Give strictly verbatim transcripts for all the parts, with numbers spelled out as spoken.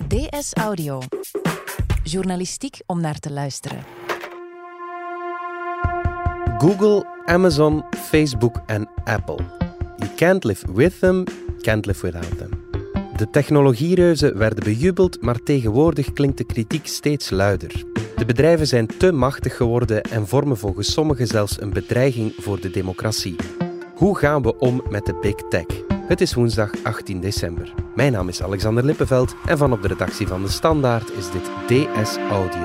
D S Audio. Journalistiek om naar te luisteren. Google, Amazon, Facebook en Apple. You can't live with them, can't live without them. De technologiereuzen werden bejubeld, maar tegenwoordig klinkt de kritiek steeds luider. De bedrijven zijn te machtig geworden en vormen volgens sommigen zelfs een bedreiging voor de democratie. Hoe gaan we om met de big tech? Het is woensdag achttien december. Mijn naam is Alexander Lippenveld en van op de redactie van De Standaard is dit D S Audio.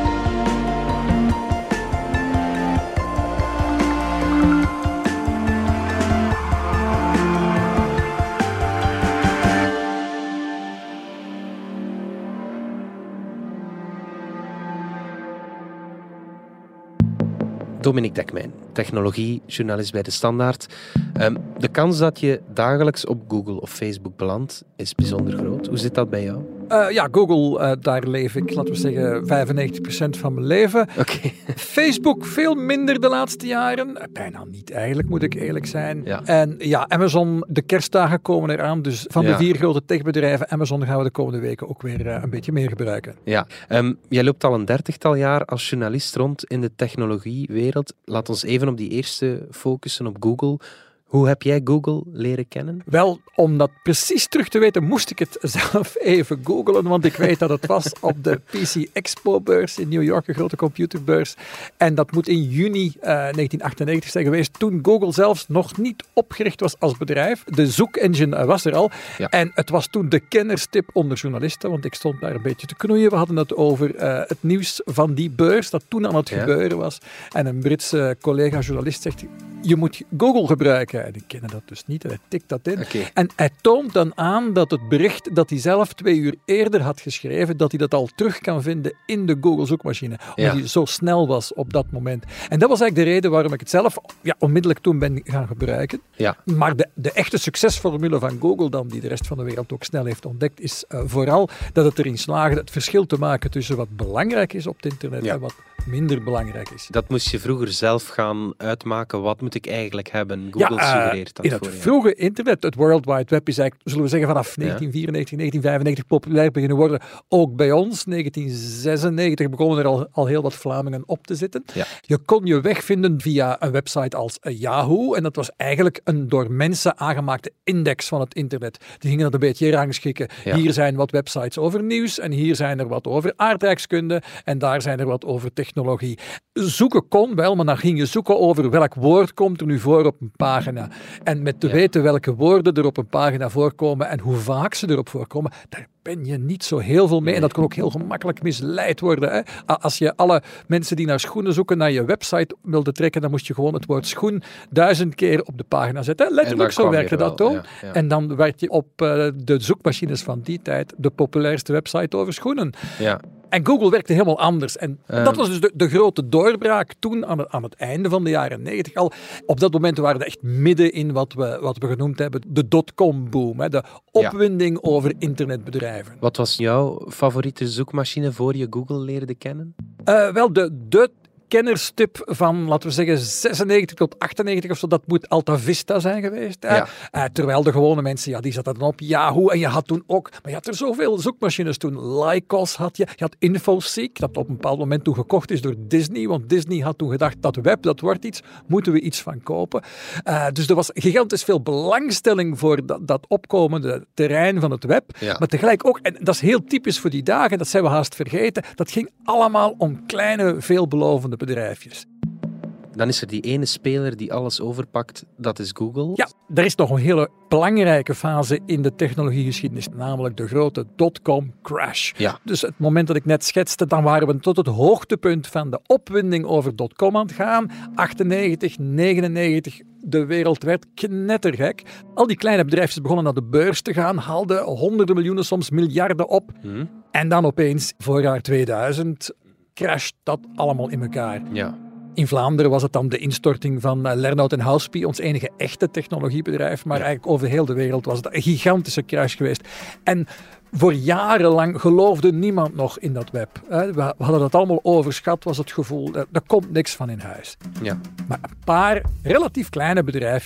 Dominique Dekmijn, technologiejournalist bij De Standaard. Um, de kans dat je dagelijks op Google of Facebook belandt is bijzonder groot. Hoe zit dat bij jou? Uh, ja, Google, uh, daar leef ik, laten we zeggen, vijfennegentig procent van mijn leven. Okay. Facebook veel minder de laatste jaren. Uh, bijna niet eigenlijk, moet ik eerlijk zijn. Ja. En ja, Amazon, de kerstdagen komen eraan. Dus van de ja. vier grote techbedrijven, Amazon gaan we de komende weken ook weer uh, een beetje meer gebruiken. Ja. Um, jij loopt al een dertigtal jaar als journalist rond in de technologiewereld. Laat ons even op die eerste focussen op Google. Hoe heb jij Google leren kennen? Wel, om dat precies terug te weten, moest ik het zelf even googlen, want ik weet dat het was op de P C Expo-beurs in New York, een grote computerbeurs. En dat moet in juni uh, negentien achtennegentig zijn geweest, toen Google zelfs nog niet opgericht was als bedrijf. De zoekengine was er al. Ja. En het was toen de kennerstip onder journalisten, want ik stond daar een beetje te knoeien. We hadden het over uh, het nieuws van die beurs, dat toen aan het ja. gebeuren was. En een Britse collega-journalist zegt, je moet Google gebruiken. En ik ken dat dus niet. En hij tikt dat in. Okay. En hij toont dan aan dat het bericht dat hij zelf twee uur eerder had geschreven, dat hij dat al terug kan vinden in de Google zoekmachine. Omdat ja. hij zo snel was op dat moment. En dat was eigenlijk de reden waarom ik het zelf ja, onmiddellijk toen ben gaan gebruiken. Ja. Maar de, de echte succesformule van Google dan, die de rest van de wereld ook snel heeft ontdekt, is uh, vooral dat het erin slaagde het verschil te maken tussen wat belangrijk is op het internet ja. en wat minder belangrijk is. Dat moest je vroeger zelf gaan uitmaken. Wat moet ik eigenlijk hebben? Google ja, uh, suggereert dat in voor het je. vroege internet, het World Wide Web, is eigenlijk, zullen we zeggen, vanaf negentien vierennegentig, negentien vijfennegentig populair beginnen worden. Ook bij ons, negentien zesennegentig, begonnen er al, al heel wat Vlamingen op te zitten. Ja. Je kon je wegvinden via een website als Yahoo. En dat was eigenlijk een door mensen aangemaakte index van het internet. Die gingen dat een beetje rangschikken. Ja. Hier zijn wat websites over nieuws en hier zijn er wat over aardrijkskunde en daar zijn er wat over technologie. Zoeken kon wel, maar dan ging je zoeken over welk woord komt er nu voor op een pagina. En met te ja. weten welke woorden er op een pagina voorkomen en hoe vaak ze erop voorkomen, daar ben je niet zo heel veel mee. Nee. En dat kon ook heel gemakkelijk misleid worden. Hè? Als je alle mensen die naar schoenen zoeken naar je website wilde trekken, dan moest je gewoon het woord schoen duizend keer op de pagina zetten. Letterlijk zo werkte dat ook. Ja, ja. En dan werd je op uh, de zoekmachines van die tijd de populairste website over schoenen. Ja. En Google werkte helemaal anders. En um. dat was dus de, de grote doorbraak toen aan het, aan het einde van de jaren negentig al. Op dat moment waren we echt midden in wat we, wat we genoemd hebben de dotcom-boom. Hè, de opwinding ja. over internetbedrijven. Wat was jouw favoriete zoekmachine voor je Google leerde kennen? Uh, wel, de, de kennerstip van, laten we zeggen, zesennegentig tot achtennegentig of zo, dat moet Alta Vista zijn geweest. Ja. Uh, terwijl de gewone mensen, ja, die zaten dan op Yahoo en je had toen ook, maar je had er zoveel zoekmachines toen. Lycos had je, je had Infoseek, dat op een bepaald moment toen gekocht is door Disney, want Disney had toen gedacht, dat web, dat wordt iets, moeten we iets van kopen. Uh, dus er was gigantisch veel belangstelling voor dat, dat opkomende terrein van het web, ja. maar tegelijk ook, en dat is heel typisch voor die dagen, dat zijn we haast vergeten, dat ging allemaal om kleine, veelbelovende bedrijfjes. Dan is er die ene speler die alles overpakt, dat is Google. Ja, er is nog een hele belangrijke fase in de technologiegeschiedenis, namelijk de grote dotcom crash. Ja. Dus het moment dat ik net schetste, dan waren we tot het hoogtepunt van de opwinding over dotcom aan het gaan. achtennegentig, negenennegentig, de wereld werd knettergek. Al die kleine bedrijfjes begonnen naar de beurs te gaan, haalden honderden miljoenen, soms miljarden op. Hmm. En dan opeens, voorjaar tweeduizend, crasht dat allemaal in elkaar. Ja. In Vlaanderen was het dan de instorting van uh, Lernout en Houspie, ons enige echte technologiebedrijf. Maar ja. eigenlijk over heel de wereld was het een gigantische crash geweest. En voor jarenlang geloofde niemand nog in dat web. We hadden dat allemaal overschat, was het gevoel. Er komt niks van in huis. Ja. Maar een paar relatief kleine bedrijfjes,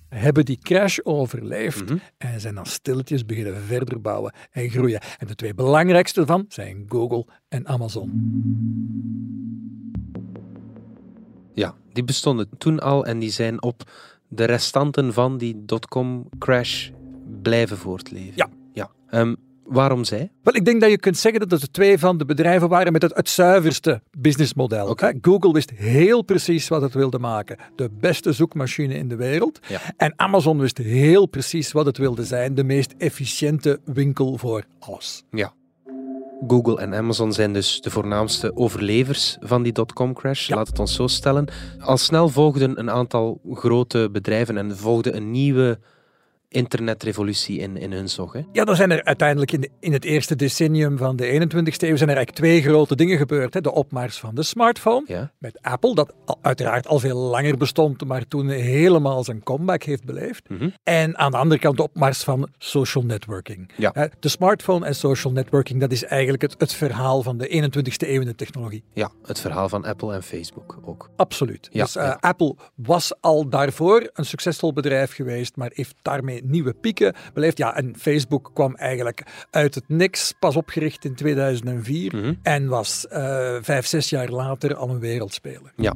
hebben die crash overleefd Mm-hmm. en zijn dan stilletjes beginnen verder bouwen en groeien. En de twee belangrijkste ervan zijn Google en Amazon. Ja, die bestonden toen al en die zijn op de restanten van die dotcom-crash blijven voortleven. Ja. ja. Um, waarom zij? Wel, ik denk dat je kunt zeggen dat het twee van de bedrijven waren met het, het zuiverste businessmodel. Okay. Google wist heel precies wat het wilde maken. De beste zoekmachine in de wereld. Ja. En Amazon wist heel precies wat het wilde zijn. De meest efficiënte winkel voor alles. Ja. Google en Amazon zijn dus de voornaamste overlevers van die dotcom-crash, Ja. laat het ons zo stellen. Al snel volgden een aantal grote bedrijven en volgde een nieuwe internetrevolutie in, in hun zog. Hè? Ja, dan zijn er uiteindelijk in, de, in het eerste decennium van de eenentwintigste eeuw zijn er eigenlijk twee grote dingen gebeurd. Hè. De opmars van de smartphone Ja. met Apple, dat al, uiteraard al veel langer bestond, maar toen helemaal zijn comeback heeft beleefd. Mm-hmm. En aan de andere kant de opmars van social networking. Ja. Hè, de smartphone en social networking, dat is eigenlijk het, het verhaal van de eenentwintigste eeuw in de technologie. Ja, het verhaal van Apple en Facebook ook. Absoluut. Ja, dus uh, ja. Apple was al daarvoor een succesvol bedrijf geweest, maar heeft daarmee nieuwe pieken beleefd. Ja, en Facebook kwam eigenlijk uit het niks, pas opgericht in tweeduizend vier Mm-hmm. en was uh, vijf, zes jaar later al een wereldspeler. Ja.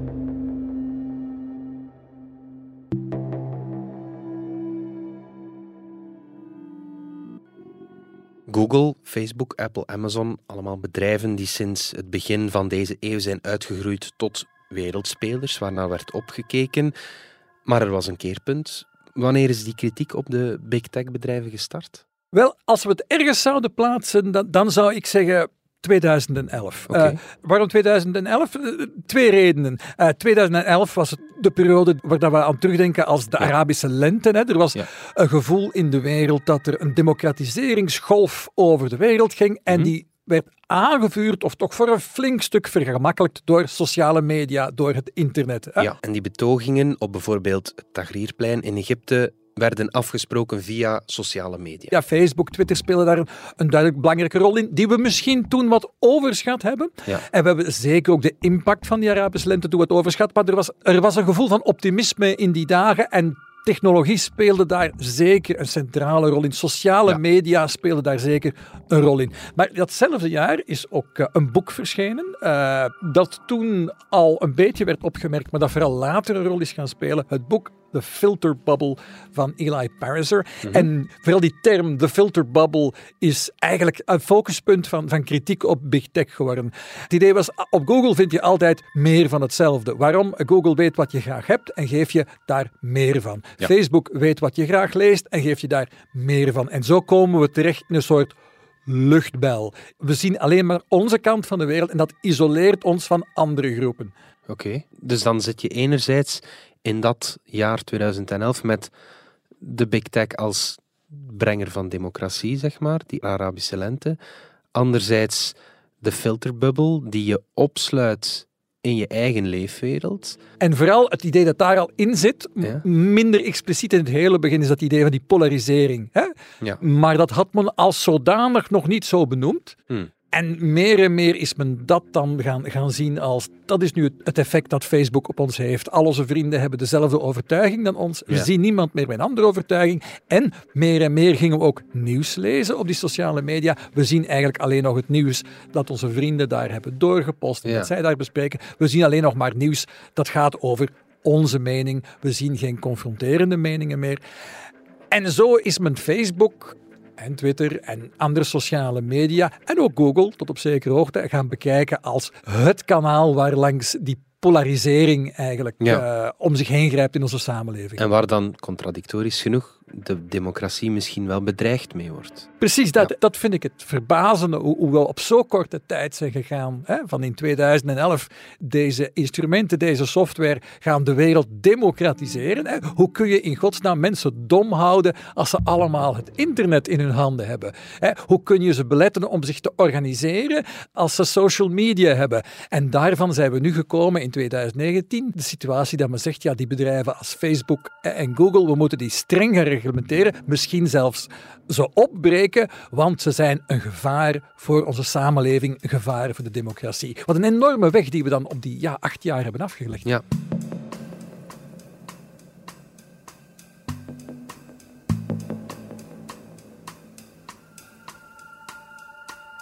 Google, Facebook, Apple, Amazon, allemaal bedrijven die sinds het begin van deze eeuw zijn uitgegroeid tot wereldspelers, waarnaar werd opgekeken. Maar er was een keerpunt. Wanneer is die kritiek op de big tech bedrijven gestart? Wel, als we het ergens zouden plaatsen, dan, dan zou ik zeggen tweeduizend elf. Okay. Uh, waarom tweeduizend elf? Uh, twee redenen. Uh, tweeduizend elf was het de periode waar dat we aan terugdenken als de ja. Arabische lente. Hè. Er was ja. een gevoel in de wereld dat er een democratiseringsgolf over de wereld ging en mm-hmm. die werd aangevuurd of toch voor een flink stuk vergemakkelijkt door sociale media, door het internet. Hè. Ja, en die betogingen op bijvoorbeeld het Tahrirplein in Egypte werden afgesproken via sociale media. Ja, Facebook, Twitter spelen daar een, een duidelijk belangrijke rol in, die we misschien toen wat overschat hebben. Ja. En we hebben zeker ook de impact van die Arabische lente toen wat overschat, maar er was, er was een gevoel van optimisme in die dagen en technologie speelde daar zeker een centrale rol in. Sociale ja. media speelden daar zeker een rol in. Maar datzelfde jaar is ook uh, een boek verschenen, uh, dat toen al een beetje werd opgemerkt, maar dat vooral later een rol is gaan spelen. Het boek The Filter Bubble van Eli Pariser. Mm-hmm. En vooral die term, the filter bubble, is eigenlijk een focuspunt van, van kritiek op big tech geworden. Het idee was, op Google vind je altijd meer van hetzelfde. Waarom? Google weet wat je graag hebt en geeft je daar meer van. Ja. Facebook weet wat je graag leest en geeft je daar meer van. En zo komen we terecht in een soort luchtbel. We zien alleen maar onze kant van de wereld en dat isoleert ons van andere groepen. Oké, okay. Dus dan zit je enerzijds in dat jaar tweeduizend elf met de big tech als brenger van democratie, zeg maar, die Arabische lente. Anderzijds de filterbubble die je opsluit in je eigen leefwereld. En vooral het idee dat daar al in zit, ja. minder expliciet in het hele begin, is dat idee van die polarisering. Hè? Ja. Maar dat had men als zodanig nog niet zo benoemd. Hmm. En meer en meer is men dat dan gaan, gaan zien als, dat is nu het effect dat Facebook op ons heeft. Al onze vrienden hebben dezelfde overtuiging dan ons. We ja. zien niemand meer met een andere overtuiging. En meer en meer gingen we ook nieuws lezen op die sociale media. We zien eigenlijk alleen nog het nieuws dat onze vrienden daar hebben doorgepost. En ja. dat zij daar bespreken. We zien alleen nog maar nieuws dat gaat over onze mening. We zien geen confronterende meningen meer. En zo is men Facebook en Twitter en andere sociale media en ook Google tot op zekere hoogte gaan bekijken als het kanaal waar langs die polarisering eigenlijk ja. uh, om zich heen grijpt in onze samenleving. En waar dan, contradictorisch genoeg, de democratie misschien wel bedreigd mee wordt. Precies, dat, ja. dat vind ik het verbazende, hoe, hoe we op zo korte tijd zijn gegaan. Hè, van in tweeduizend elf, deze instrumenten, deze software gaan de wereld democratiseren. Hè. Hoe kun je in godsnaam mensen dom houden als ze allemaal het internet in hun handen hebben? Hè. Hoe kun je ze beletten om zich te organiseren als ze social media hebben? En daarvan zijn we nu gekomen in tweeduizend negentien. De situatie dat men zegt, ja, die bedrijven als Facebook en Google, we moeten die streng gaan reglementeren, misschien zelfs ze opbreken, want ze zijn een gevaar voor onze samenleving, een gevaar voor de democratie. Wat een enorme weg die we dan op die ja, acht jaar hebben afgelegd. Ja.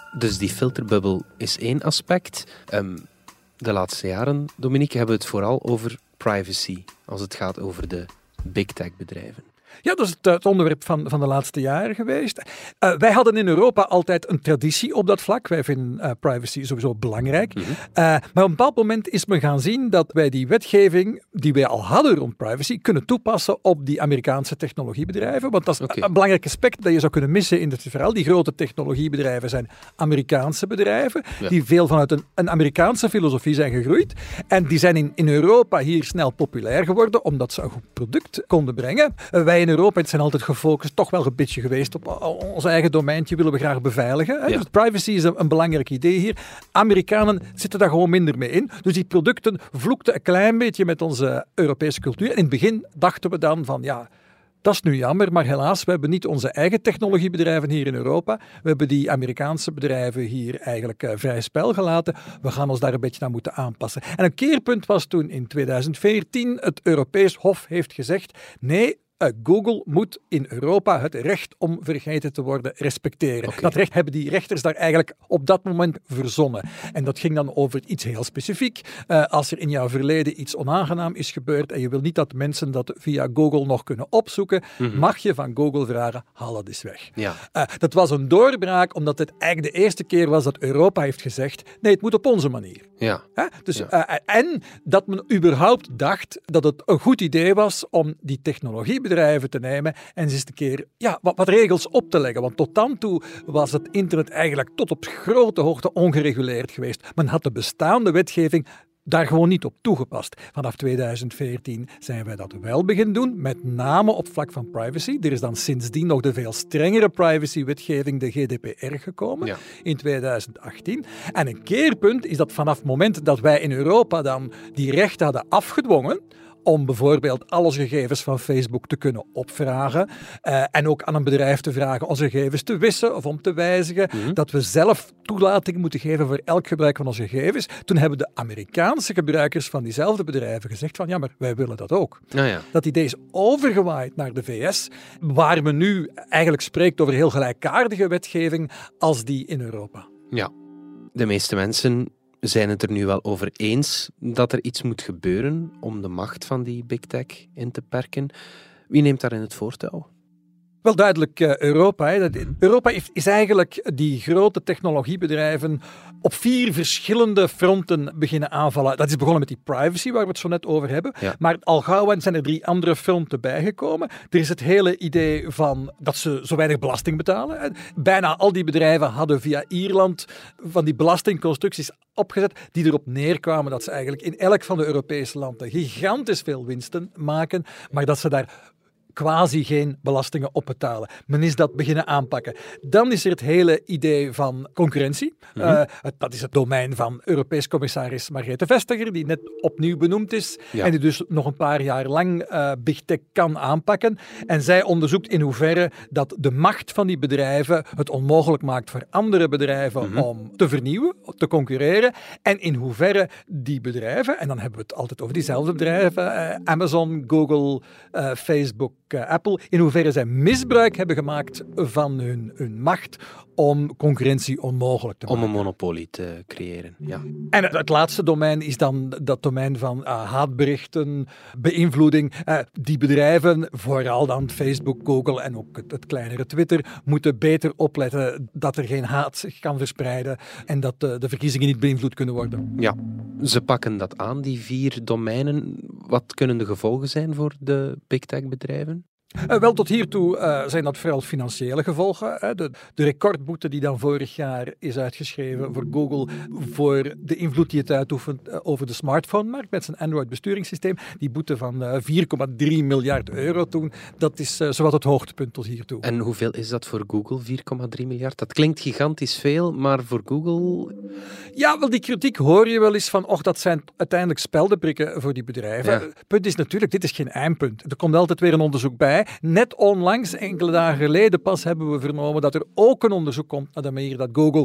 Dus die filterbubbel is één aspect. Um, de laatste jaren, Dominique, hebben we het vooral over privacy, als het gaat over de big tech bedrijven. Ja, dat is het, het onderwerp van, van de laatste jaren geweest. Uh, wij hadden in Europa altijd een traditie op dat vlak. Wij vinden uh, privacy sowieso belangrijk. Mm-hmm. Uh, maar op een bepaald moment is men gaan zien dat wij die wetgeving die wij al hadden rond privacy kunnen toepassen op die Amerikaanse technologiebedrijven. Want dat is okay. een belangrijk aspect dat je zou kunnen missen in dit verhaal. Die grote technologiebedrijven zijn Amerikaanse bedrijven ja. die veel vanuit een, een Amerikaanse filosofie zijn gegroeid. En die zijn in, in Europa hier snel populair geworden omdat ze een goed product konden brengen. Uh, wij in Europa zijn altijd gefocust, toch wel een beetje geweest op ons eigen domeintje willen we graag beveiligen. Ja. Dus privacy is een, een belangrijk idee hier. Amerikanen zitten daar gewoon minder mee in. Dus die producten vloekten een klein beetje met onze Europese cultuur. En in het begin dachten we dan van ja, dat is nu jammer, maar helaas, we hebben niet onze eigen technologiebedrijven hier in Europa. We hebben die Amerikaanse bedrijven hier eigenlijk uh, vrij spel gelaten. We gaan ons daar een beetje naar moeten aanpassen. En een keerpunt was toen in tweeduizend veertien het Europees Hof heeft gezegd nee, Uh, Google moet in Europa het recht om vergeten te worden respecteren. Okay. Dat recht hebben die rechters daar eigenlijk op dat moment verzonnen. En dat ging dan over iets heel specifiek. Uh, als er in jouw verleden iets onaangenaam is gebeurd en je wil niet dat mensen dat via Google nog kunnen opzoeken, mm-hmm. mag je van Google vragen, haal het eens weg. Ja. Uh, dat was een doorbraak, omdat het eigenlijk de eerste keer was dat Europa heeft gezegd, nee, het moet op onze manier. Ja. Uh, dus, ja. Uh, en dat men überhaupt dacht dat het een goed idee was om die technologie bedrijven te nemen en eens een keer ja, wat, wat regels op te leggen. Want tot dan toe was het internet eigenlijk tot op grote hoogte ongereguleerd geweest. Men had de bestaande wetgeving daar gewoon niet op toegepast. Vanaf tweeduizend veertien zijn wij dat wel beginnen doen, met name op vlak van privacy. Er is dan sindsdien nog de veel strengere privacy-wetgeving, de G D P R, gekomen ja. in tweeduizend achttien. En een keerpunt is dat vanaf het moment dat wij in Europa dan die rechten hadden afgedwongen, om bijvoorbeeld al onze gegevens van Facebook te kunnen opvragen uh, en ook aan een bedrijf te vragen onze gegevens te wissen of om te wijzigen, mm-hmm. dat we zelf toelating moeten geven voor elk gebruik van onze gegevens. Toen hebben de Amerikaanse gebruikers van diezelfde bedrijven gezegd van ja, maar wij willen dat ook. Oh ja. Dat idee is overgewaaid naar de V S, waar men nu eigenlijk spreekt over heel gelijkaardige wetgeving als die in Europa. Ja, de meeste mensen zijn het er nu wel over eens dat er iets moet gebeuren om de macht van die big tech in te perken. Wie neemt daarin het voortouw? Wel duidelijk uh, Europa. Hè. Europa heeft, is eigenlijk die grote technologiebedrijven op vier verschillende fronten beginnen aanvallen. Dat is begonnen met die privacy, waar we het zo net over hebben. Ja. Maar al gauw zijn er drie andere fronten bijgekomen. Er is het hele idee van dat ze zo weinig belasting betalen. Hè. Bijna al die bedrijven hadden via Ierland van die belastingconstructies opgezet die erop neerkwamen dat ze eigenlijk in elk van de Europese landen gigantisch veel winsten maken, maar dat ze daar quasi geen belastingen op betalen. Men is dat beginnen aanpakken. Dan is er het hele idee van concurrentie. Mm-hmm. Uh, dat is het domein van Europees commissaris Margrethe Vestager, die net opnieuw benoemd is ja. en die dus nog een paar jaar lang uh, big tech kan aanpakken. En zij onderzoekt in hoeverre dat de macht van die bedrijven het onmogelijk maakt voor andere bedrijven mm-hmm. om te vernieuwen, te concurreren. En in hoeverre die bedrijven, en dan hebben we het altijd over diezelfde bedrijven, uh, Amazon, Google, uh, Facebook, Uh, Apple, in hoeverre zij misbruik hebben gemaakt van hun, hun macht om concurrentie onmogelijk te maken. Om een monopolie te creëren, ja. En het, het laatste domein is dan dat domein van uh, haatberichten, beïnvloeding. Uh, die bedrijven, vooral dan Facebook, Google en ook het, het kleinere Twitter, moeten beter opletten dat er geen haat zich kan verspreiden en dat uh, de verkiezingen niet beïnvloed kunnen worden. Ja, ze pakken dat aan, die vier domeinen. Wat kunnen de gevolgen zijn voor de big tech bedrijven? Uh, wel, tot hiertoe uh, zijn dat vooral financiële gevolgen. Hè. De, de recordboete die dan vorig jaar is uitgeschreven voor Google voor de invloed die het uitoefent uh, over de smartphone-markt met zijn Android-besturingssysteem. Die boete van uh, vier komma drie miljard euro toen, dat is uh, zowat het hoogtepunt tot hiertoe. En hoeveel is dat voor Google, vier komma drie miljard? Dat klinkt gigantisch veel, maar voor Google... Ja, wel, die kritiek hoor je wel eens van, och, dat zijn uiteindelijk speldenprikken voor die bedrijven. Ja. Het punt is natuurlijk, dit is geen eindpunt. Er komt altijd weer een onderzoek bij. Net onlangs, enkele dagen geleden pas, hebben we vernomen dat er ook een onderzoek komt naar de manier dat Google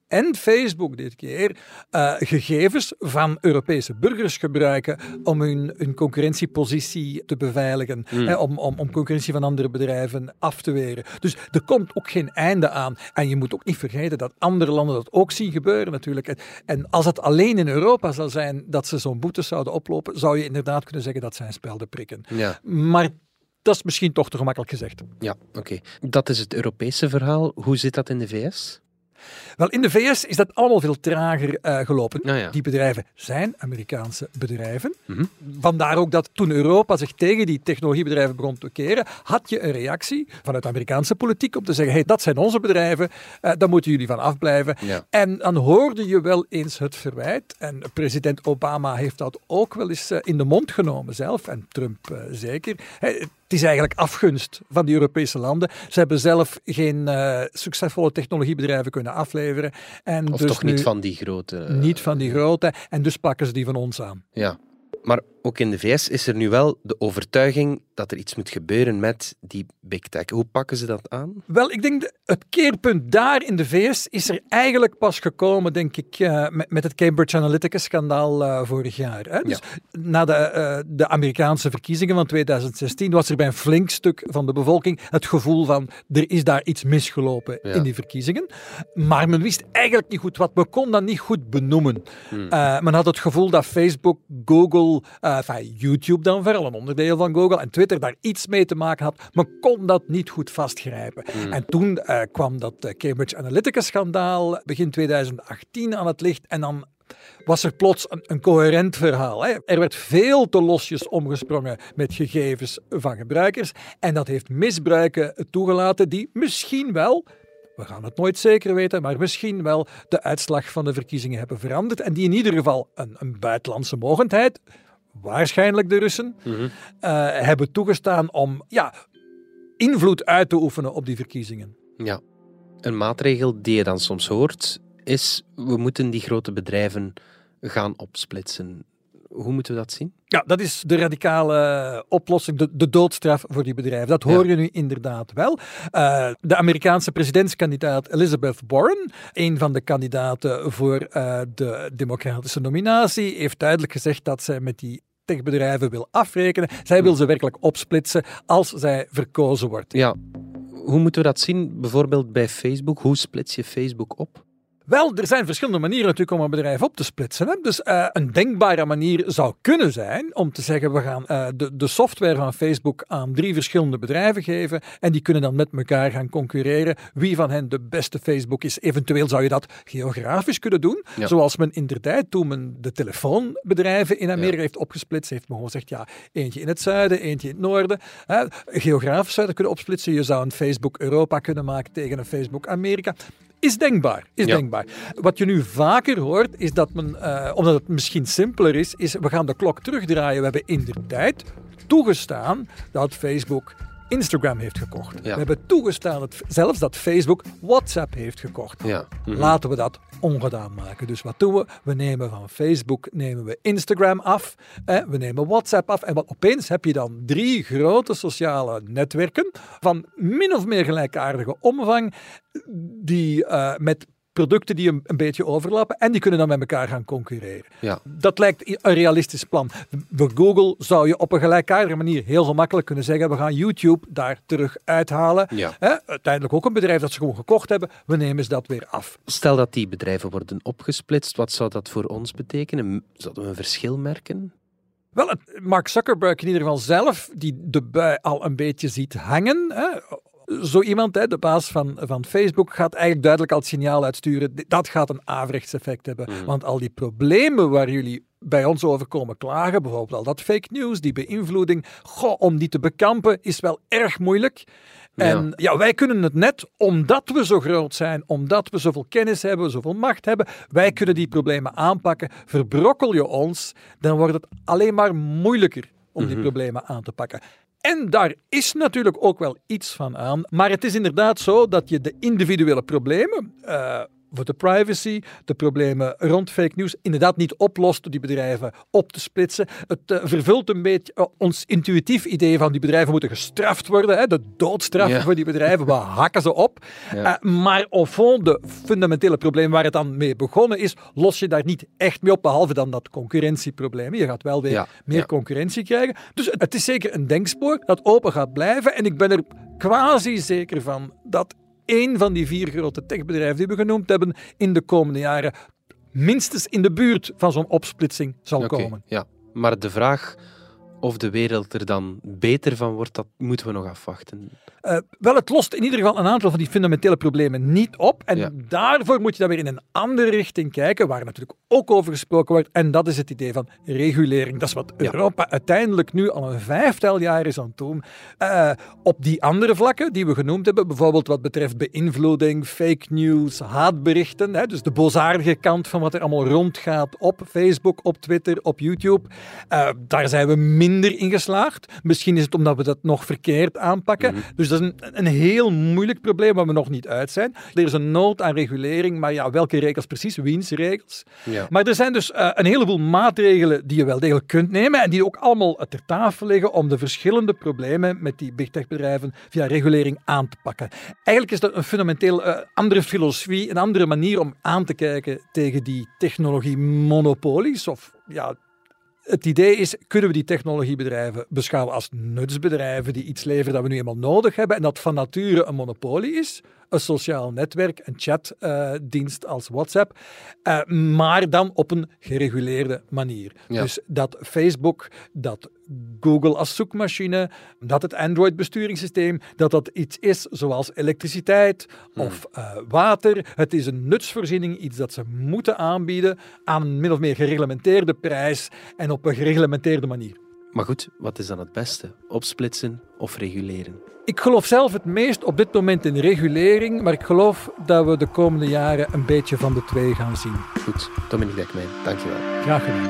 en Facebook dit keer uh, gegevens van Europese burgers gebruiken om hun, hun concurrentiepositie te beveiligen, mm. hè, om, om, om concurrentie van andere bedrijven af te weren. Dus er komt ook geen einde aan. En je moet ook niet vergeten dat andere landen dat ook zien gebeuren natuurlijk. En, en als het alleen in Europa zou zijn dat ze zo'n boetes zouden oplopen, zou je inderdaad kunnen zeggen dat zijn spelden prikken. Ja. Maar dat is misschien toch te gemakkelijk gezegd. Ja, oké. Okay. Dat is het Europese verhaal. Hoe zit dat in de V S? Wel, in de V S is dat allemaal veel trager uh, gelopen. Nou ja. Die bedrijven zijn Amerikaanse bedrijven. Mm-hmm. Vandaar ook dat toen Europa zich tegen die technologiebedrijven begon te keren, had je een reactie vanuit de Amerikaanse politiek om te zeggen, hey, dat zijn onze bedrijven, uh, daar moeten jullie van afblijven. Ja. En dan hoorde je wel eens het verwijt, en president Obama heeft dat ook wel eens uh, in de mond genomen zelf, en Trump uh, zeker. Hey, het is eigenlijk afgunst van die Europese landen. Ze hebben zelf geen uh, succesvolle technologiebedrijven kunnen afleveren. En of dus toch niet van die grote... Uh... Niet van die grote. En dus pakken ze die van ons aan. Ja, maar ook in de V S is er nu wel de overtuiging dat er iets moet gebeuren met die big tech. Hoe pakken ze dat aan? Wel, ik denk het keerpunt daar in de V S is er eigenlijk pas gekomen, denk ik, uh, met, met het Cambridge Analytica-schandaal uh, vorig jaar. Hè? Dus ja. Na de, uh, de Amerikaanse verkiezingen van tweeduizend zestien was er bij een flink stuk van de bevolking het gevoel van er is daar iets misgelopen ja. in die verkiezingen. Maar men wist eigenlijk niet goed wat. Men kon dat niet goed benoemen. Hmm. Uh, men had het gevoel dat Facebook, Google, uh, enfin, YouTube dan vooral, een onderdeel van Google, en Twitter daar iets mee te maken had. Men kon dat niet goed vastgrijpen. Hmm. En toen uh, kwam dat uh, Cambridge Analytica-schandaal begin tweeduizend achttien aan het licht en dan was er plots een, een coherent verhaal. Hè. Er werd veel te losjes omgesprongen met gegevens van gebruikers en dat heeft misbruiken toegelaten die misschien wel, we gaan het nooit zeker weten, maar misschien wel de uitslag van de verkiezingen hebben veranderd en die in ieder geval een, een buitenlandse mogendheid, waarschijnlijk de Russen, mm-hmm. uh, hebben toegestaan om ja, invloed uit te oefenen op die verkiezingen. Ja, een maatregel die je dan soms hoort is, we moeten die grote bedrijven gaan opsplitsen. Hoe moeten we dat zien? Ja, dat is de radicale oplossing, de, de doodstraf voor die bedrijven. Dat hoor je ja. nu inderdaad wel. Uh, de Amerikaanse presidentskandidaat Elizabeth Warren, een van de kandidaten voor uh, de democratische nominatie, heeft duidelijk gezegd dat zij met die techbedrijven wil afrekenen. Zij wil ze werkelijk opsplitsen als zij verkozen wordt. Ja, hoe moeten we dat zien? Bijvoorbeeld bij Facebook. Hoe splits je Facebook op? Wel, er zijn verschillende manieren natuurlijk om een bedrijf op te splitsen. Hè? Dus uh, een denkbare manier zou kunnen zijn om te zeggen, we gaan uh, de, de software van Facebook aan drie verschillende bedrijven geven en die kunnen dan met elkaar gaan concurreren. Wie van hen de beste Facebook is. Eventueel zou je dat geografisch kunnen doen. Ja. Zoals men in der tijd, toen men de telefoonbedrijven in Amerika ja. heeft opgesplitst, heeft men gewoon gezegd, ja, eentje in het zuiden, eentje in het noorden. Hè? Geografisch zou je dat kunnen opsplitsen. Je zou een Facebook Europa kunnen maken tegen een Facebook Amerika. Is denkbaar, is ja. denkbaar. Wat je nu vaker hoort, is dat men, uh, omdat het misschien simpeler is, is we gaan de klok terugdraaien. We hebben in de tijd toegestaan dat Facebook Instagram heeft gekocht. Ja. We hebben toegestaan dat, zelfs dat Facebook WhatsApp heeft gekocht. Ja. Mm-hmm. Laten we dat ongedaan maken. Dus wat doen we? We nemen van Facebook nemen we Instagram af. Eh, we nemen WhatsApp af. En wat, opeens heb je dan drie grote sociale netwerken van min of meer gelijkaardige omvang die uh, met producten die een, een beetje overlappen en die kunnen dan met elkaar gaan concurreren. Ja. Dat lijkt een realistisch plan. Voor Google zou je op een gelijkaardige manier heel gemakkelijk kunnen zeggen, we gaan YouTube daar terug uithalen. Ja. Hè? Uiteindelijk ook een bedrijf dat ze gewoon gekocht hebben, we nemen ze dat weer af. Stel dat die bedrijven worden opgesplitst, wat zou dat voor ons betekenen? Zouden we een verschil merken? Wel, Mark Zuckerberg in ieder geval zelf, die de bui al een beetje ziet hangen, hè? Zo iemand, de baas van, van Facebook, gaat eigenlijk duidelijk al het signaal uitsturen. Dat gaat een averechts effect hebben. Mm. Want al die problemen waar jullie bij ons over komen klagen, bijvoorbeeld al dat fake news, die beïnvloeding, goh, om die te bekampen is wel erg moeilijk. En ja. ja, wij kunnen het net, omdat we zo groot zijn, omdat we zoveel kennis hebben, zoveel macht hebben, wij kunnen die problemen aanpakken. Verbrokkel je ons, dan wordt het alleen maar moeilijker om die mm-hmm. problemen aan te pakken. En daar is natuurlijk ook wel iets van aan. Maar het is inderdaad zo dat je de individuele problemen uh, voor de privacy, de problemen rond fake news, inderdaad niet oplost door die bedrijven op te splitsen. Het uh, vervult een beetje uh, ons intuïtief idee van die bedrijven moeten gestraft worden, hè, de doodstraf ja. voor die bedrijven, we hakken ze op. Ja. Uh, maar au fond, de fundamentele probleem waar het dan mee begonnen is, los je daar niet echt mee op, behalve dan dat concurrentieprobleem. Je gaat wel weer ja. meer ja. concurrentie krijgen. Dus het is zeker een denkspoor dat open gaat blijven en ik ben er quasi zeker van dat één van die vier grote techbedrijven die we genoemd hebben in de komende jaren minstens in de buurt van zo'n opsplitsing zal okay, komen. Ja, maar de vraag of de wereld er dan beter van wordt, dat moeten we nog afwachten. Uh, wel, het lost in ieder geval een aantal van die fundamentele problemen niet op. En ja. daarvoor moet je dan weer in een andere richting kijken, waar natuurlijk ook over gesproken wordt. En dat is het idee van regulering. Dat is wat Europa ja. uiteindelijk nu al een vijftal jaar is aan het doen. Uh, op die andere vlakken die we genoemd hebben, bijvoorbeeld wat betreft beïnvloeding, fake news, haatberichten. Hè, dus de boosaardige kant van wat er allemaal rondgaat op Facebook, op Twitter, op YouTube. Uh, daar zijn we minder in geslaagd. Misschien is het omdat we dat nog verkeerd aanpakken. Mm-hmm. Dus dat is een, een heel moeilijk probleem waar we nog niet uit zijn. Er is een nood aan regulering, maar ja, welke regels precies? Wiens regels? Ja. Maar er zijn dus uh, een heleboel maatregelen die je wel degelijk kunt nemen en die ook allemaal ter tafel liggen om de verschillende problemen met die big tech bedrijven via regulering aan te pakken. Eigenlijk is dat een fundamenteel uh, andere filosofie, een andere manier om aan te kijken tegen die technologie-monopolies of ja, het idee is, kunnen we die technologiebedrijven beschouwen als nutsbedrijven die iets leveren dat we nu eenmaal nodig hebben en dat van nature een monopolie is, een sociaal netwerk, een chatdienst uh, als WhatsApp, uh, maar dan op een gereguleerde manier. Ja. Dus dat Facebook, dat Google als zoekmachine, dat het Android-besturingssysteem, dat dat iets is zoals elektriciteit hmm. of uh, water. Het is een nutsvoorziening, iets dat ze moeten aanbieden aan een min of meer gereglementeerde prijs en op een gereglementeerde manier. Maar goed, wat is dan het beste? Opsplitsen of reguleren? Ik geloof zelf het meest op dit moment in regulering, maar ik geloof dat we de komende jaren een beetje van de twee gaan zien. Goed, Dominique Dekmijn, dankjewel. Graag gedaan.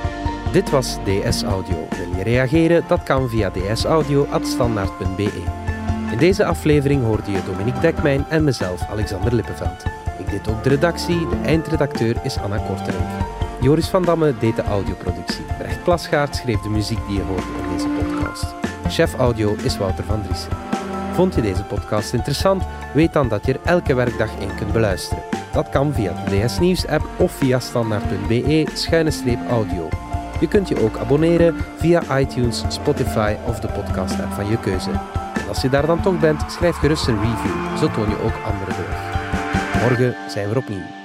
Dit was D S Audio. Wil je reageren? Dat kan via dsaudio at standaard punt b e. In deze aflevering hoorde je Dominique Dekmijn en mezelf, Alexander Lippenveld. Ik deed ook de redactie, de eindredacteur is Anna Korterink. Joris van Damme deed de audioproductie. Brecht Plasgaard schreef de muziek die je hoorde in deze podcast. Chef audio is Wouter van Driessen. Vond je deze podcast interessant? Weet dan dat je er elke werkdag in kunt beluisteren. Dat kan via de D S Nieuws app of via standaard punt b e schuine streep audio. Je kunt je ook abonneren via iTunes, Spotify of de podcast app van je keuze. En als je daar dan toch bent, schrijf gerust een review, zo toon je ook anderen door. Morgen zijn we er opnieuw.